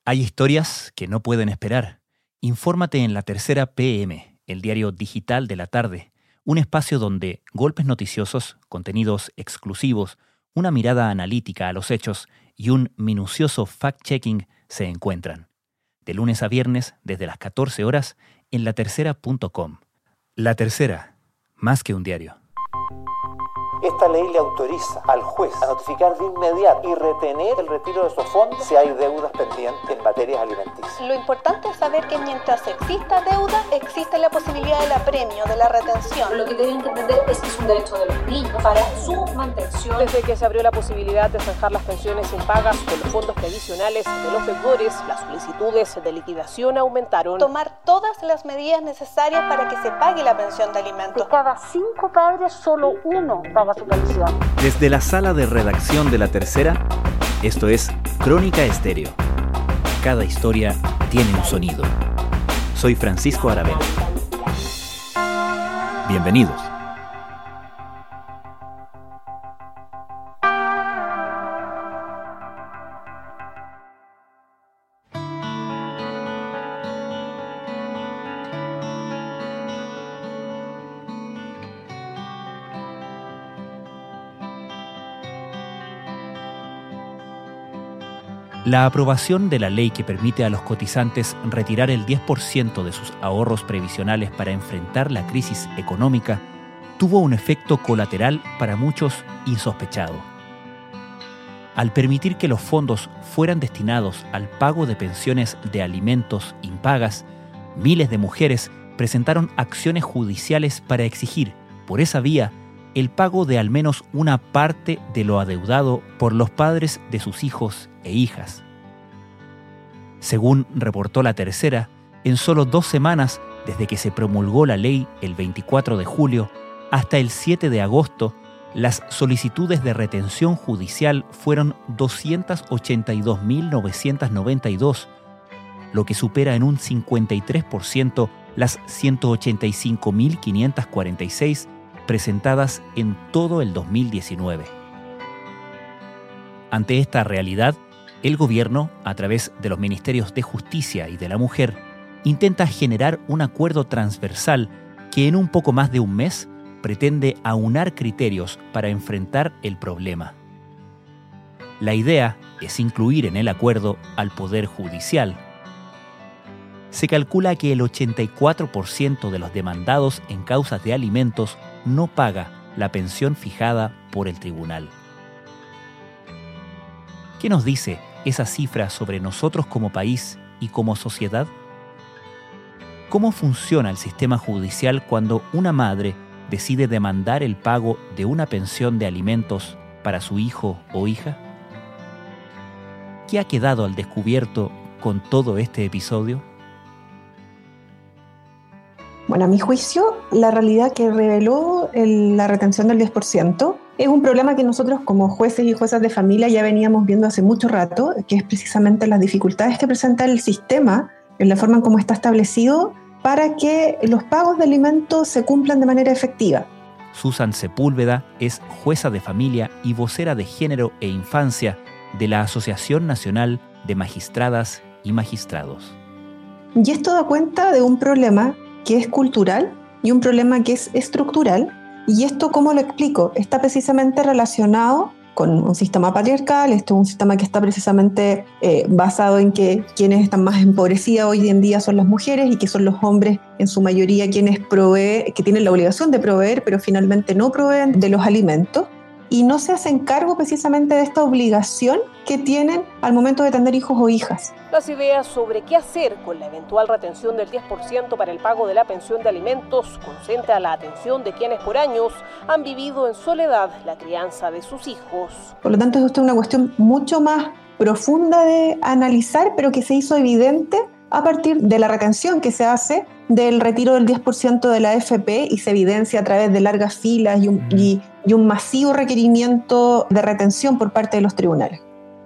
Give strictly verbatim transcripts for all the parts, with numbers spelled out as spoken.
Hay historias que no pueden esperar. Infórmate en La Tercera P M, el diario digital de la tarde, un espacio donde golpes noticiosos, contenidos exclusivos, una mirada analítica a los hechos y un minucioso fact-checking se encuentran. De lunes a viernes, desde las catorce horas, en la tercera punto com. La Tercera, más que un diario. Esta ley le autoriza al juez a notificar de inmediato y retener el retiro de su fondo si hay deudas pendientes en materias alimenticias. Lo importante es saber que mientras exista deuda, existe la posibilidad del apremio, de la retención. Lo que tienen que entender es que es un derecho de los niños para su mantención. Desde que se abrió la posibilidad de zanjar las pensiones impagas con los fondos previsionales de los deudores, las solicitudes de liquidación aumentaron. Tomar todas las medidas necesarias para que se pague la pensión de alimentos. De cada cinco padres, solo uno paga su pensión. Desde la sala de redacción de La Tercera, esto es Crónica Estéreo. Cada historia tiene un sonido. Soy Francisco Aravena. Bienvenidos. La aprobación de la ley que permite a los cotizantes retirar el diez por ciento de sus ahorros previsionales para enfrentar la crisis económica tuvo un efecto colateral para muchos insospechado. Al permitir que los fondos fueran destinados al pago de pensiones de alimentos impagas, miles de mujeres presentaron acciones judiciales para exigir, por esa vía, el pago de al menos una parte de lo adeudado por los padres de sus hijos e hijas. Según reportó La Tercera, en solo dos semanas desde que se promulgó la ley el veinticuatro de julio hasta el siete de agosto, las solicitudes de retención judicial fueron doscientas ochenta y dos mil novecientas noventa y dos, lo que supera en un cincuenta y tres por ciento las ciento ochenta y cinco mil quinientas cuarenta y seis presentadas en todo el dos mil diecinueve. Ante esta realidad, el gobierno, a través de los Ministerios de Justicia y de la Mujer, intenta generar un acuerdo transversal que en un poco más de un mes pretende aunar criterios para enfrentar el problema. La idea es incluir en el acuerdo al Poder Judicial. Se calcula que el ochenta y cuatro por ciento de los demandados en causas de alimentos no paga la pensión fijada por el tribunal. ¿Qué nos dice esa cifra sobre nosotros como país y como sociedad? ¿Cómo funciona el sistema judicial cuando una madre decide demandar el pago de una pensión de alimentos para su hijo o hija? ¿Qué ha quedado al descubierto con todo este episodio? Bueno, a mi juicio, la realidad que reveló el, la retención del diez por ciento es un problema que nosotros como jueces y juezas de familia ya veníamos viendo hace mucho rato, que es precisamente las dificultades que presenta el sistema en la forma en cómo está establecido para que los pagos de alimentos se cumplan de manera efectiva. Susan Sepúlveda es jueza de familia y vocera de género e infancia de la Asociación Nacional de Magistradas y Magistrados. Y esto da cuenta de un problema que es cultural y un problema que es estructural. Y esto, ¿cómo lo explico? Está precisamente relacionado con un sistema patriarcal. Esto es un sistema que está precisamente eh, basado en que quienes están más empobrecidas hoy en día son las mujeres y que son los hombres en su mayoría quienes proveen, que tienen la obligación de proveer, pero finalmente no proveen de los alimentos y no se hacen cargo precisamente de esta obligación que tienen al momento de tener hijos o hijas. Las ideas sobre qué hacer con la eventual retención del diez por ciento para el pago de la pensión de alimentos concentra la atención de quienes por años han vivido en soledad la crianza de sus hijos. Por lo tanto, esto es una cuestión mucho más profunda de analizar, pero que se hizo evidente a partir de la retención que se hace del retiro del diez por ciento de la A F P y se evidencia a través de largas filas y un, y, y un masivo requerimiento de retención por parte de los tribunales.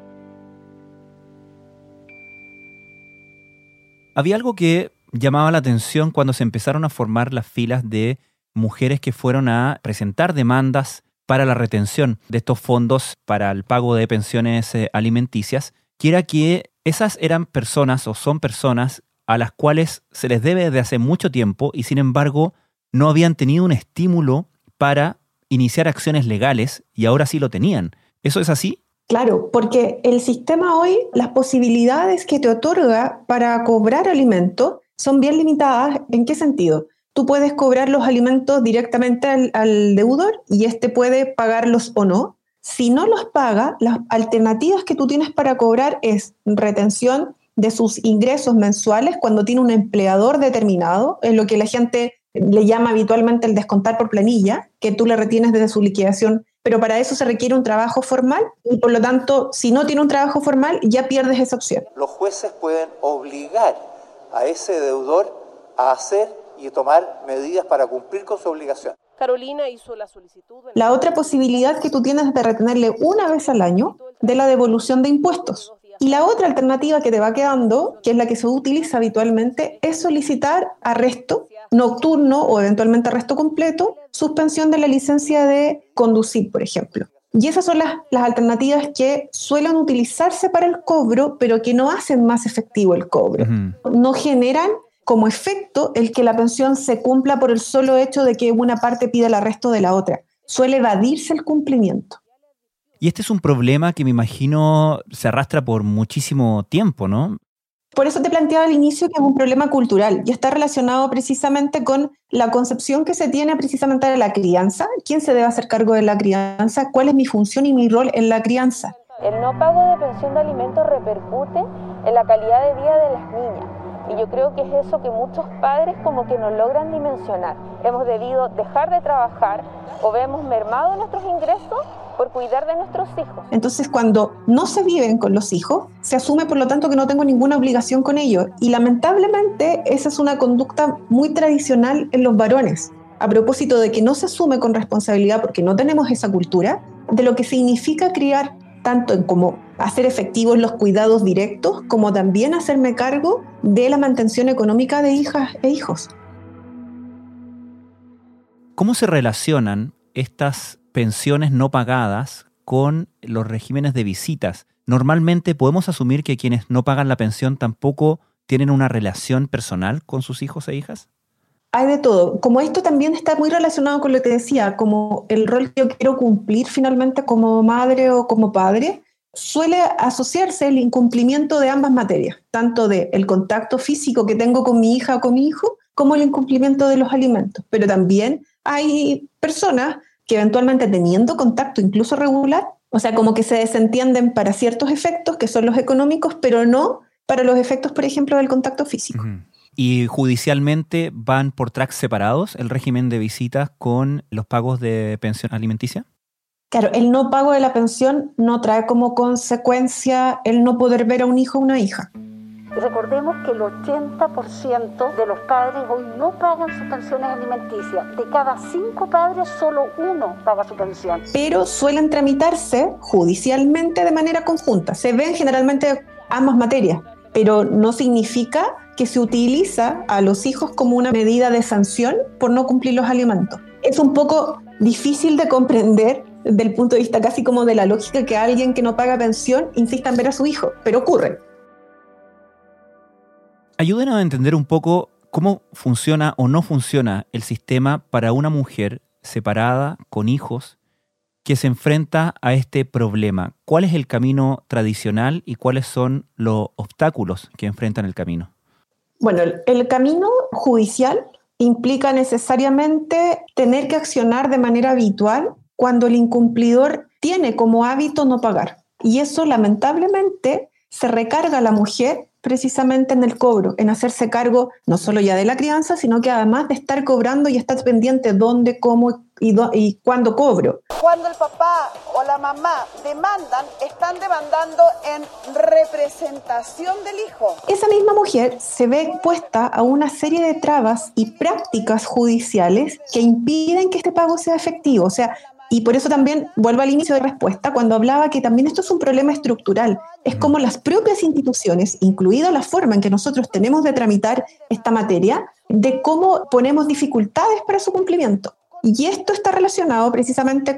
Había algo que llamaba la atención cuando se empezaron a formar las filas de mujeres que fueron a presentar demandas para la retención de estos fondos para el pago de pensiones alimenticias, que era que esas eran personas o son personas a las cuales se les debe desde hace mucho tiempo y sin embargo no habían tenido un estímulo para iniciar acciones legales y ahora sí lo tenían. ¿Eso es así? Claro, porque el sistema hoy, las posibilidades que te otorga para cobrar alimentos son bien limitadas. ¿En qué sentido? Tú puedes cobrar los alimentos directamente al, al deudor y éste puede pagarlos o no. Si no los paga, las alternativas que tú tienes para cobrar es retención de sus ingresos mensuales cuando tiene un empleador determinado, es lo que la gente le llama habitualmente el descontar por planilla, que tú le retienes desde su liquidación, pero para eso se requiere un trabajo formal y por lo tanto, si no tiene un trabajo formal, ya pierdes esa opción. Los jueces pueden obligar a ese deudor a hacer y tomar medidas para cumplir con su obligación. Carolina hizo la solicitud. La otra posibilidad que tú tienes es de retenerle una vez al año de la devolución de impuestos. Y la otra alternativa que te va quedando, que es la que se utiliza habitualmente, es solicitar arresto nocturno o eventualmente arresto completo, suspensión de la licencia de conducir, por ejemplo. Y esas son las, las alternativas que suelen utilizarse para el cobro, pero que no hacen más efectivo el cobro. Uh-huh. No generan como efecto el que la pensión se cumpla por el solo hecho de que una parte pida el arresto de la otra. Suele evadirse el cumplimiento. Y este es un problema que me imagino se arrastra por muchísimo tiempo, ¿no? Por eso te planteaba al inicio que es un problema cultural y está relacionado precisamente con la concepción que se tiene precisamente de la crianza. ¿Quién se debe hacer cargo de la crianza? ¿Cuál es mi función y mi rol en la crianza? El no pago de pensión de alimentos repercute en la calidad de vida de las niñas. Y yo creo que es eso que muchos padres como que no logran dimensionar. Hemos debido dejar de trabajar o vemos mermado nuestros ingresos por cuidar de nuestros hijos. Entonces, cuando no se viven con los hijos, se asume, por lo tanto, que no tengo ninguna obligación con ellos. Y lamentablemente, esa es una conducta muy tradicional en los varones. A propósito de que no se asume con responsabilidad porque no tenemos esa cultura, de lo que significa criar tanto en como hacer efectivos los cuidados directos, como también hacerme cargo de la mantención económica de hijas e hijos. ¿Cómo se relacionan estas pensiones no pagadas con los regímenes de visitas? Normalmente podemos asumir que quienes no pagan la pensión tampoco tienen una relación personal con sus hijos e hijas. Hay de todo. Como esto también está muy relacionado con lo que decía, como el rol que yo quiero cumplir finalmente como madre o como padre, suele asociarse el incumplimiento de ambas materias, tanto del contacto físico que tengo con mi hija o con mi hijo, como el incumplimiento de los alimentos. Pero también hay personas que eventualmente teniendo contacto incluso regular, o sea, como que se desentienden para ciertos efectos que son los económicos, pero no para los efectos, por ejemplo, del contacto físico. Uh-huh. ¿Y judicialmente van por tracks separados el régimen de visitas con los pagos de pensión alimenticia? Claro, el no pago de la pensión no trae como consecuencia el no poder ver a un hijo o una hija. Recordemos que el ochenta por ciento de los padres hoy no pagan sus pensiones alimenticias. De cada cinco padres, solo uno paga su pensión. Pero suelen tramitarse judicialmente de manera conjunta. Se ven generalmente ambas materias, pero no significa que se utiliza a los hijos como una medida de sanción por no cumplir los alimentos. Es un poco difícil de comprender desde el punto de vista casi como de la lógica que alguien que no paga pensión insista en ver a su hijo, pero ocurre. Ayúdenos a entender un poco cómo funciona o no funciona el sistema para una mujer separada, con hijos, que se enfrenta a este problema. ¿Cuál es el camino tradicional y cuáles son los obstáculos que enfrentan el camino? Bueno, el camino judicial implica necesariamente tener que accionar de manera habitual cuando el incumplidor tiene como hábito no pagar. Y eso lamentablemente se recarga a la mujer precisamente en el cobro, en hacerse cargo no solo ya de la crianza, sino que además de estar cobrando y estar pendiente dónde, cómo y, do, y cuándo cobro. Cuando el papá o la mamá demandan, están demandando en representación del hijo. Esa misma mujer se ve expuesta a una serie de trabas y prácticas judiciales que impiden que este pago sea efectivo. O sea, y por eso también vuelvo al inicio de respuesta cuando hablaba que también esto es un problema estructural. Es como las propias instituciones, incluida la forma en que nosotros tenemos de tramitar esta materia, de cómo ponemos dificultades para su cumplimiento. Y esto está relacionado precisamente con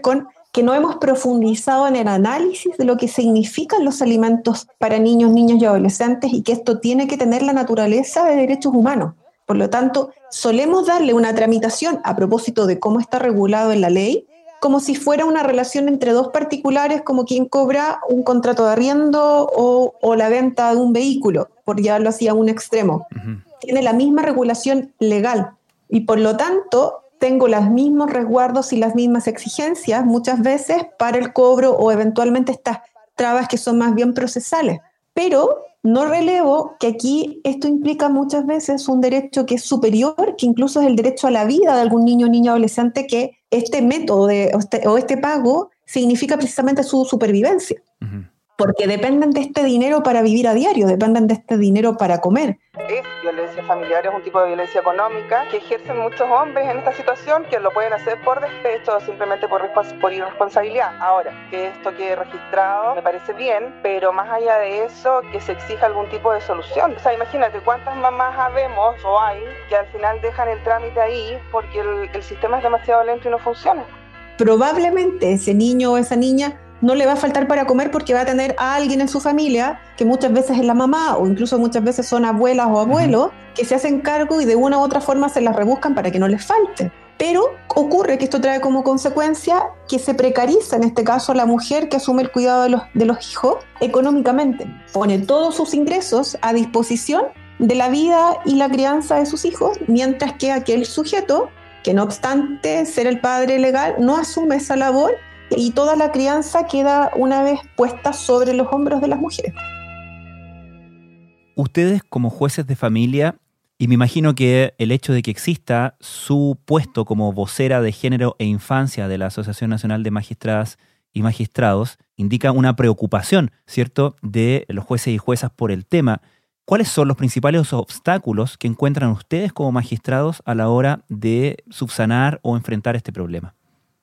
que no hemos profundizado en el análisis de lo que significan los alimentos para niños, niñas y adolescentes y que esto tiene que tener la naturaleza de derechos humanos. Por lo tanto, solemos darle una tramitación a propósito de cómo está regulado en la ley, como si fuera una relación entre dos particulares, como quien cobra un contrato de arriendo o, o la venta de un vehículo, por llevarlo así a un extremo. Uh-huh. Tiene la misma regulación legal y por lo tanto tengo los mismos resguardos y las mismas exigencias muchas veces para el cobro o eventualmente estas trabas que son más bien procesales. Pero no relevo que aquí esto implica muchas veces un derecho que es superior, que incluso es el derecho a la vida de algún niño o niña adolescente, que este método de, o, este, o este pago significa precisamente su supervivencia. Uh-huh. Porque dependen de este dinero para vivir a diario, dependen de este dinero para comer. Es violencia familiar, es un tipo de violencia económica que ejercen muchos hombres en esta situación, que lo pueden hacer por despecho o simplemente por, por irresponsabilidad. Ahora, que esto quede registrado me parece bien, pero más allá de eso, que se exija algún tipo de solución. O sea, imagínate cuántas mamás habemos o hay que al final dejan el trámite ahí porque el, el sistema es demasiado lento y no funciona. Probablemente ese niño o esa niña no le va a faltar para comer porque va a tener a alguien en su familia, que muchas veces es la mamá o incluso muchas veces son abuelas o abuelos, que se hacen cargo y de una u otra forma se las rebuscan para que no les falte. Pero ocurre que esto trae como consecuencia que se precariza en este caso la mujer que asume el cuidado de los, de los hijos económicamente. Pone todos sus ingresos a disposición de la vida y la crianza de sus hijos, mientras que aquel sujeto, que no obstante ser el padre legal, no asume esa labor y toda la crianza queda una vez puesta sobre los hombros de las mujeres. Ustedes como jueces de familia, y me imagino que el hecho de que exista su puesto como vocera de género e infancia de la Asociación Nacional de Magistradas y Magistrados, indica una preocupación, ¿cierto?, de los jueces y juezas por el tema. ¿Cuáles son los principales obstáculos que encuentran ustedes como magistrados a la hora de subsanar o enfrentar este problema?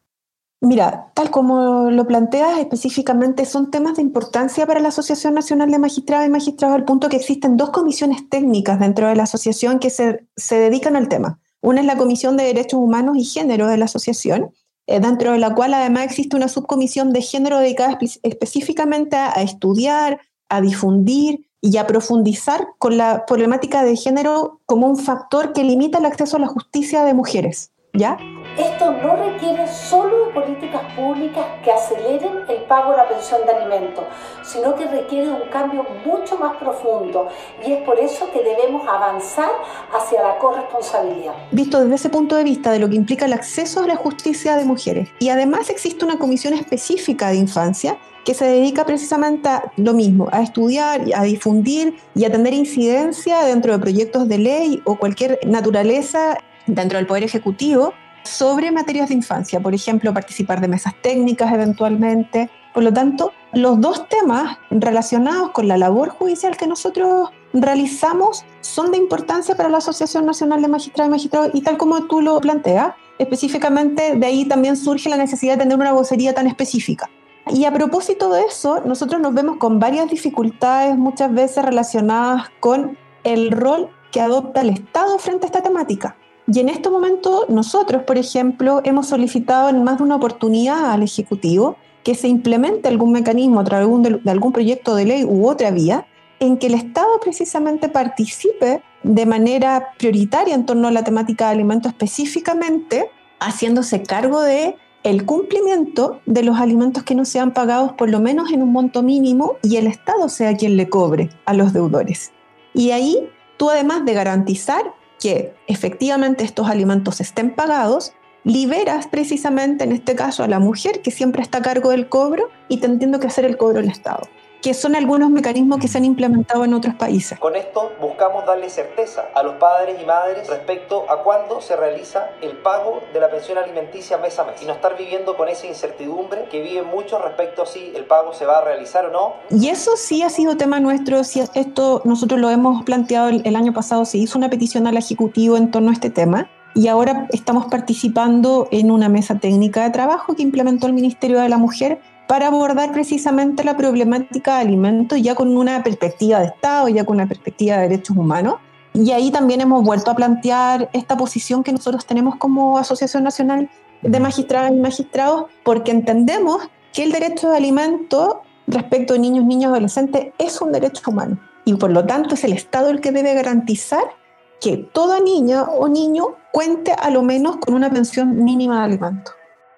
Mira, tal como lo planteas específicamente, son temas de importancia para la Asociación Nacional de Magistrados y Magistrados al punto que existen dos comisiones técnicas dentro de la asociación que se, se dedican al tema. Una es la Comisión de Derechos Humanos y Género de la asociación, eh, dentro de la cual además existe una subcomisión de género dedicada espe- específicamente a, a estudiar, a difundir y a profundizar con la problemática de género como un factor que limita el acceso a la justicia de mujeres, ¿ya? Esto no requiere solo de políticas públicas que aceleren el pago de la pensión de alimentos, sino que requiere un cambio mucho más profundo y es por eso que debemos avanzar hacia la corresponsabilidad. Visto desde ese punto de vista de lo que implica el acceso a la justicia de mujeres. Y además existe una comisión específica de infancia que se dedica precisamente a lo mismo, a estudiar, a difundir y a tener incidencia dentro de proyectos de ley o cualquier naturaleza dentro del Poder Ejecutivo sobre materias de infancia, por ejemplo, participar de mesas técnicas eventualmente. Por lo tanto, los dos temas relacionados con la labor judicial que nosotros realizamos son de importancia para la Asociación Nacional de Magistrados y Magistrados y tal como tú lo planteas, específicamente de ahí también surge la necesidad de tener una vocería tan específica. Y a propósito de eso, nosotros nos vemos con varias dificultades muchas veces relacionadas con el rol que adopta el Estado frente a esta temática. Y en este momento nosotros, por ejemplo, hemos solicitado en más de una oportunidad al Ejecutivo que se implemente algún mecanismo a través de algún proyecto de ley u otra vía en que el Estado precisamente participe de manera prioritaria en torno a la temática de alimentos, específicamente haciéndose cargo de el cumplimiento de los alimentos que no sean pagados por lo menos en un monto mínimo y el Estado sea quien le cobre a los deudores. Y ahí tú, además de garantizar que efectivamente estos alimentos estén pagados, liberas precisamente en este caso a la mujer que siempre está a cargo del cobro y teniendo que hacer el cobro el Estado, que son algunos mecanismos que se han implementado en otros países. Con esto buscamos darle certeza a los padres y madres respecto a cuándo se realiza el pago de la pensión alimenticia mes a mes y no estar viviendo con esa incertidumbre que viven muchos respecto a si el pago se va a realizar o no. Y eso sí ha sido tema nuestro, si esto nosotros lo hemos planteado el, el año pasado, se hizo una petición al Ejecutivo en torno a este tema y ahora estamos participando en una mesa técnica de trabajo que implementó el Ministerio de la Mujer para abordar precisamente la problemática de alimentos ya con una perspectiva de Estado, ya con una perspectiva de derechos humanos. Y ahí también hemos vuelto a plantear esta posición que nosotros tenemos como Asociación Nacional de magistradas y magistrados, porque entendemos que el derecho de alimento respecto a niños, niñas y adolescentes es un derecho humano. Y por lo tanto es el Estado el que debe garantizar que toda niña o niño cuente a lo menos con una pensión mínima de alimento.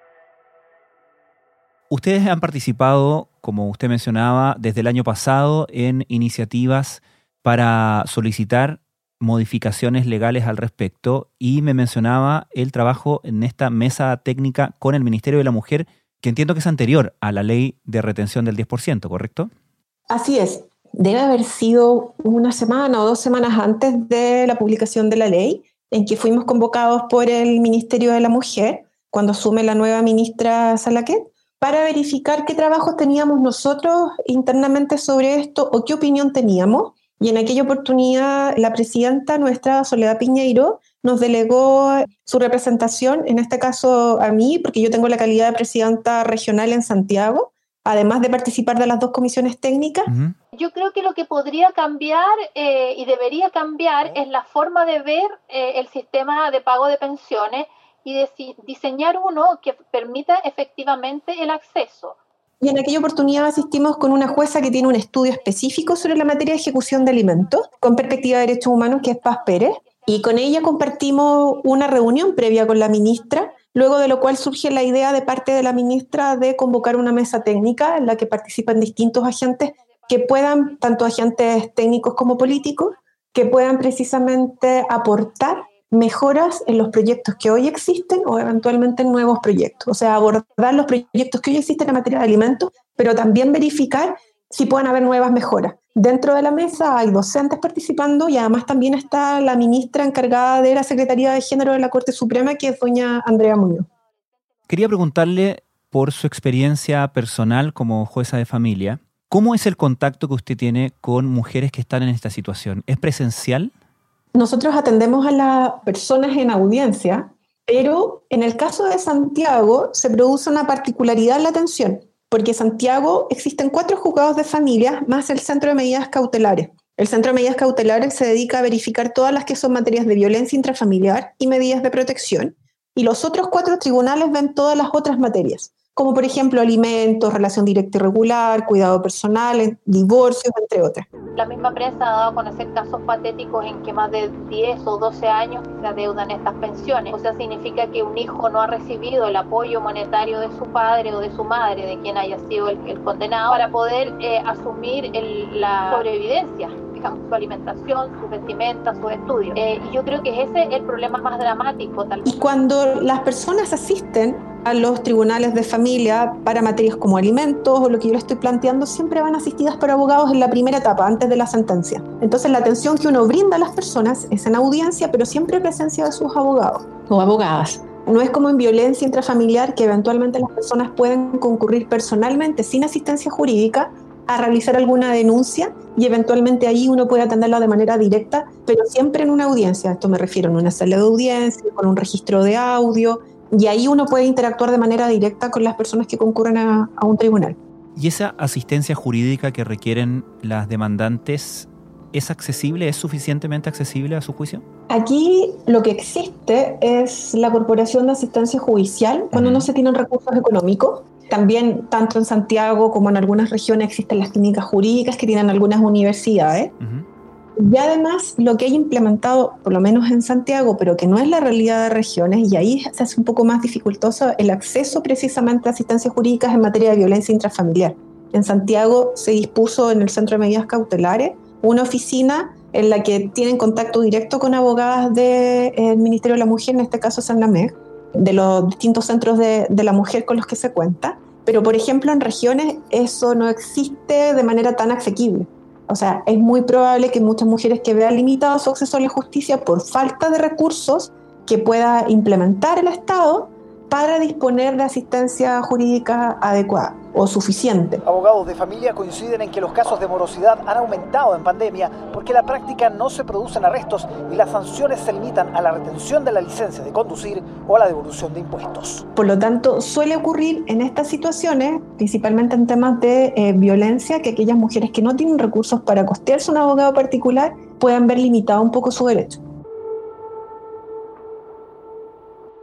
Ustedes han participado, como usted mencionaba, desde el año pasado en iniciativas para solicitar modificaciones legales al respecto, y me mencionaba el trabajo en esta mesa técnica con el Ministerio de la Mujer, que entiendo que es anterior a la ley de retención del diez por ciento, ¿correcto? Así es. Debe haber sido una semana o dos semanas antes de la publicación de la ley, en que fuimos convocados por el Ministerio de la Mujer, cuando asume la nueva ministra Salaquet, para verificar qué trabajos teníamos nosotros internamente sobre esto o qué opinión teníamos. Y en aquella oportunidad la presidenta nuestra, Soledad Piñeiro, nos delegó su representación, en este caso a mí, porque yo tengo la calidad de presidenta regional en Santiago, además de participar de las dos comisiones técnicas. Uh-huh. Yo creo que lo que podría cambiar eh, y debería cambiar es la forma de ver eh, el sistema de pago de pensiones y de diseñar uno que permita efectivamente el acceso. Y en aquella oportunidad asistimos con una jueza que tiene un estudio específico sobre la materia de ejecución de alimentos, con perspectiva de derechos humanos, que es Paz Pérez, y con ella compartimos una reunión previa con la ministra, luego de lo cual surge la idea de parte de la ministra de convocar una mesa técnica en la que participan distintos agentes que puedan, tanto agentes técnicos como políticos, que puedan precisamente aportar mejoras en los proyectos que hoy existen o eventualmente en nuevos proyectos. O sea, abordar los proyectos que hoy existen en materia de alimentos, pero también verificar si pueden haber nuevas mejoras. Dentro de la mesa hay docentes participando y además también está la ministra encargada de la Secretaría de Género de la Corte Suprema, que es doña Andrea Muñoz. Quería preguntarle por su experiencia personal como jueza de familia, ¿cómo es el contacto que usted tiene con mujeres que están en esta situación? ¿Es presencial? Nosotros atendemos a las personas en audiencia, pero en el caso de Santiago se produce una particularidad en la atención, porque en Santiago existen cuatro juzgados de familia más el Centro de Medidas Cautelares. El Centro de Medidas Cautelares se dedica a verificar todas las que son materias de violencia intrafamiliar y medidas de protección, y los otros cuatro tribunales ven todas las otras materias, como por ejemplo alimentos, relación directa y regular, cuidado personal, divorcios, entre otras. La misma prensa ha dado a conocer casos patéticos en que más de diez o doce años se adeudan estas pensiones. O sea, significa que un hijo no ha recibido el apoyo monetario de su padre o de su madre, de quien haya sido el, el condenado, para poder eh, asumir el, la sobrevivencia, digamos, su alimentación, su vestimenta, sus estudios. Eh, y yo creo que ese es el problema más dramático. Tal vez. Y cuando las personas asisten a los tribunales de familia para materias como alimentos o lo que yo le estoy planteando, siempre van asistidas por abogados en la primera etapa, antes de la sentencia. Entonces la atención que uno brinda a las personas es en audiencia, pero siempre en presencia de sus abogados o abogadas. No es como en violencia intrafamiliar, que eventualmente las personas pueden concurrir personalmente sin asistencia jurídica a realizar alguna denuncia y eventualmente ahí uno puede atenderla de manera directa, pero siempre en una audiencia. Esto me refiero en una sala de audiencia, con un registro de audio, y ahí uno puede interactuar de manera directa con las personas que concurren a, a un tribunal. ¿Y esa asistencia jurídica que requieren las demandantes es accesible, es suficientemente accesible a su juicio? Aquí lo que existe es la Corporación de Asistencia Judicial cuando uh-huh. no se tienen recursos económicos. También, tanto en Santiago como en algunas regiones, existen las clínicas jurídicas que tienen algunas universidades. Uh-huh. Y además, lo que hay implementado, por lo menos en Santiago, pero que no es la realidad de regiones, y ahí se hace un poco más dificultoso el acceso precisamente a asistencias jurídicas en materia de violencia intrafamiliar. En Santiago se dispuso en el Centro de Medidas Cautelares una oficina en la que tienen contacto directo con abogadas del Ministerio de la Mujer, en este caso Sanameg, de los distintos centros de, de la mujer con los que se cuenta. Pero, por ejemplo, en regiones eso no existe de manera tan asequible. O sea, es muy probable que muchas mujeres que vean limitado su acceso a la justicia por falta de recursos que pueda implementar el Estado para disponer de asistencia jurídica adecuada o suficiente. Abogados de familia coinciden en que los casos de morosidad han aumentado en pandemia porque en la práctica no se producen arrestos y las sanciones se limitan a la retención de la licencia de conducir o a la devolución de impuestos. Por lo tanto, suele ocurrir en estas situaciones, principalmente en temas de eh, violencia, que aquellas mujeres que no tienen recursos para costearse un abogado particular puedan ver limitado un poco su derecho.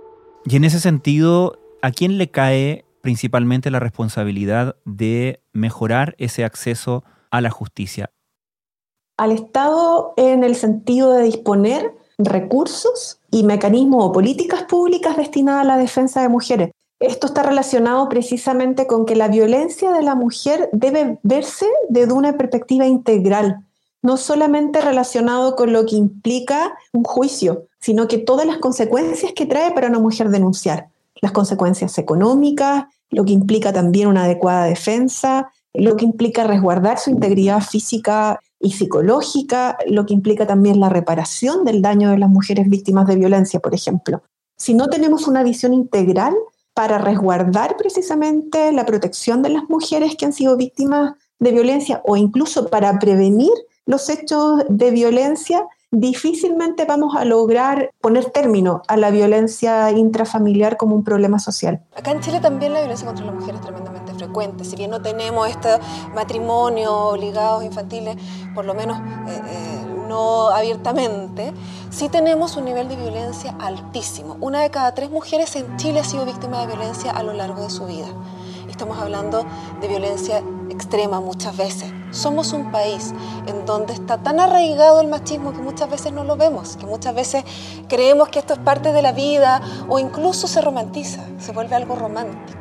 Y en ese sentido, ¿a quién le cae principalmente la responsabilidad de mejorar ese acceso a la justicia? Al Estado, en el sentido de disponer recursos y mecanismos o políticas públicas destinadas a la defensa de mujeres. Esto está relacionado precisamente con que la violencia de la mujer debe verse desde una perspectiva integral, no solamente relacionado con lo que implica un juicio, sino que todas las consecuencias que trae para una mujer denunciar, las consecuencias económicas, lo que implica también una adecuada defensa, lo que implica resguardar su integridad física y psicológica, lo que implica también la reparación del daño de las mujeres víctimas de violencia, por ejemplo. Si no tenemos una visión integral para resguardar precisamente la protección de las mujeres que han sido víctimas de violencia o incluso para prevenir los hechos de violencia, difícilmente vamos a lograr poner término a la violencia intrafamiliar como un problema social. Acá en Chile también la violencia contra la mujer es tremendamente frecuente. Si bien no tenemos este matrimonio, ligados infantiles, por lo menos eh, eh, no abiertamente, sí tenemos un nivel de violencia altísimo. Una de cada tres mujeres en Chile ha sido víctima de violencia a lo largo de su vida. Estamos hablando de violencia extrema muchas veces. Somos un país en donde está tan arraigado el machismo que muchas veces no lo vemos, que muchas veces creemos que esto es parte de la vida o incluso se romantiza, se vuelve algo romántico.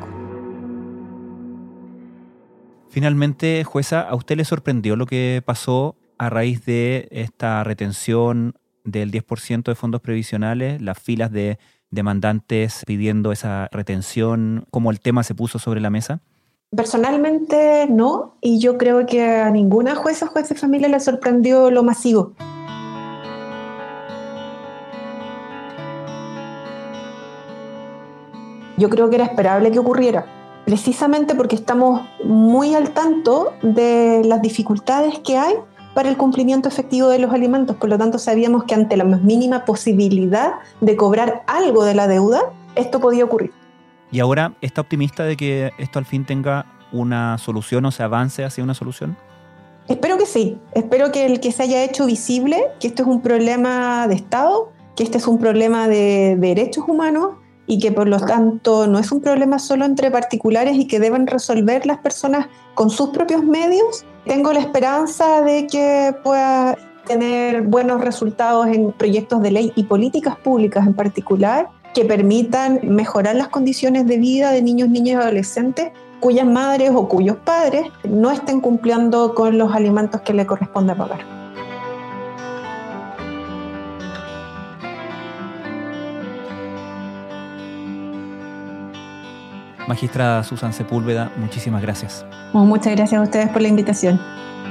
Finalmente, jueza, ¿a usted le sorprendió lo que pasó a raíz de esta retención del diez por ciento de fondos previsionales, las filas de demandantes pidiendo esa retención, cómo el tema se puso sobre la mesa? Personalmente no, y yo creo que a ninguna jueza o juez de familia le sorprendió lo masivo. Yo creo que era esperable que ocurriera, precisamente porque estamos muy al tanto de las dificultades que hay para el cumplimiento efectivo de los alimentos. Por lo tanto, sabíamos que ante la más mínima posibilidad de cobrar algo de la deuda, esto podía ocurrir. ¿Y ahora está optimista de que esto al fin tenga una solución o se avance hacia una solución? Espero que sí. Espero que el que se haya hecho visible, que esto es un problema de Estado, que este es un problema de derechos humanos y que por lo tanto no es un problema solo entre particulares y que deben resolver las personas con sus propios medios. Tengo la esperanza de que pueda tener buenos resultados en proyectos de ley y políticas públicas en particular que permitan mejorar las condiciones de vida de niños, niñas y adolescentes cuyas madres o cuyos padres no estén cumpliendo con los alimentos que le corresponde pagar. Magistrada Susan Sepúlveda, muchísimas gracias. Muchas gracias a ustedes por la invitación.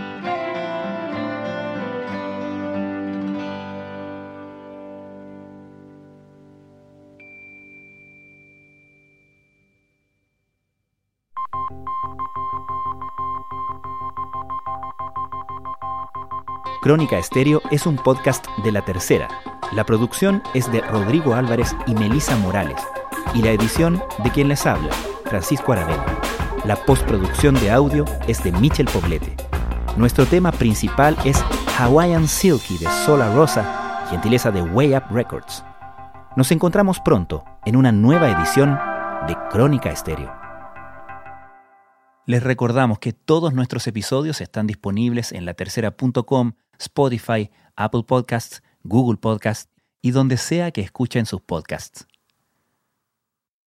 Crónica Estéreo es un podcast de La Tercera. La producción es de Rodrigo Álvarez y Melissa Morales, y la edición de quien les habla, Francisco Aravena. La postproducción de audio es de Michel Poblete. Nuestro tema principal es Hawaiian Silky de Sola Rosa, gentileza de Way Up Records. Nos encontramos pronto en una nueva edición de Crónica Estéreo. Les recordamos que todos nuestros episodios están disponibles en la tercera punto com, Spotify, Apple Podcasts, Google Podcasts y donde sea que escuchen sus podcasts.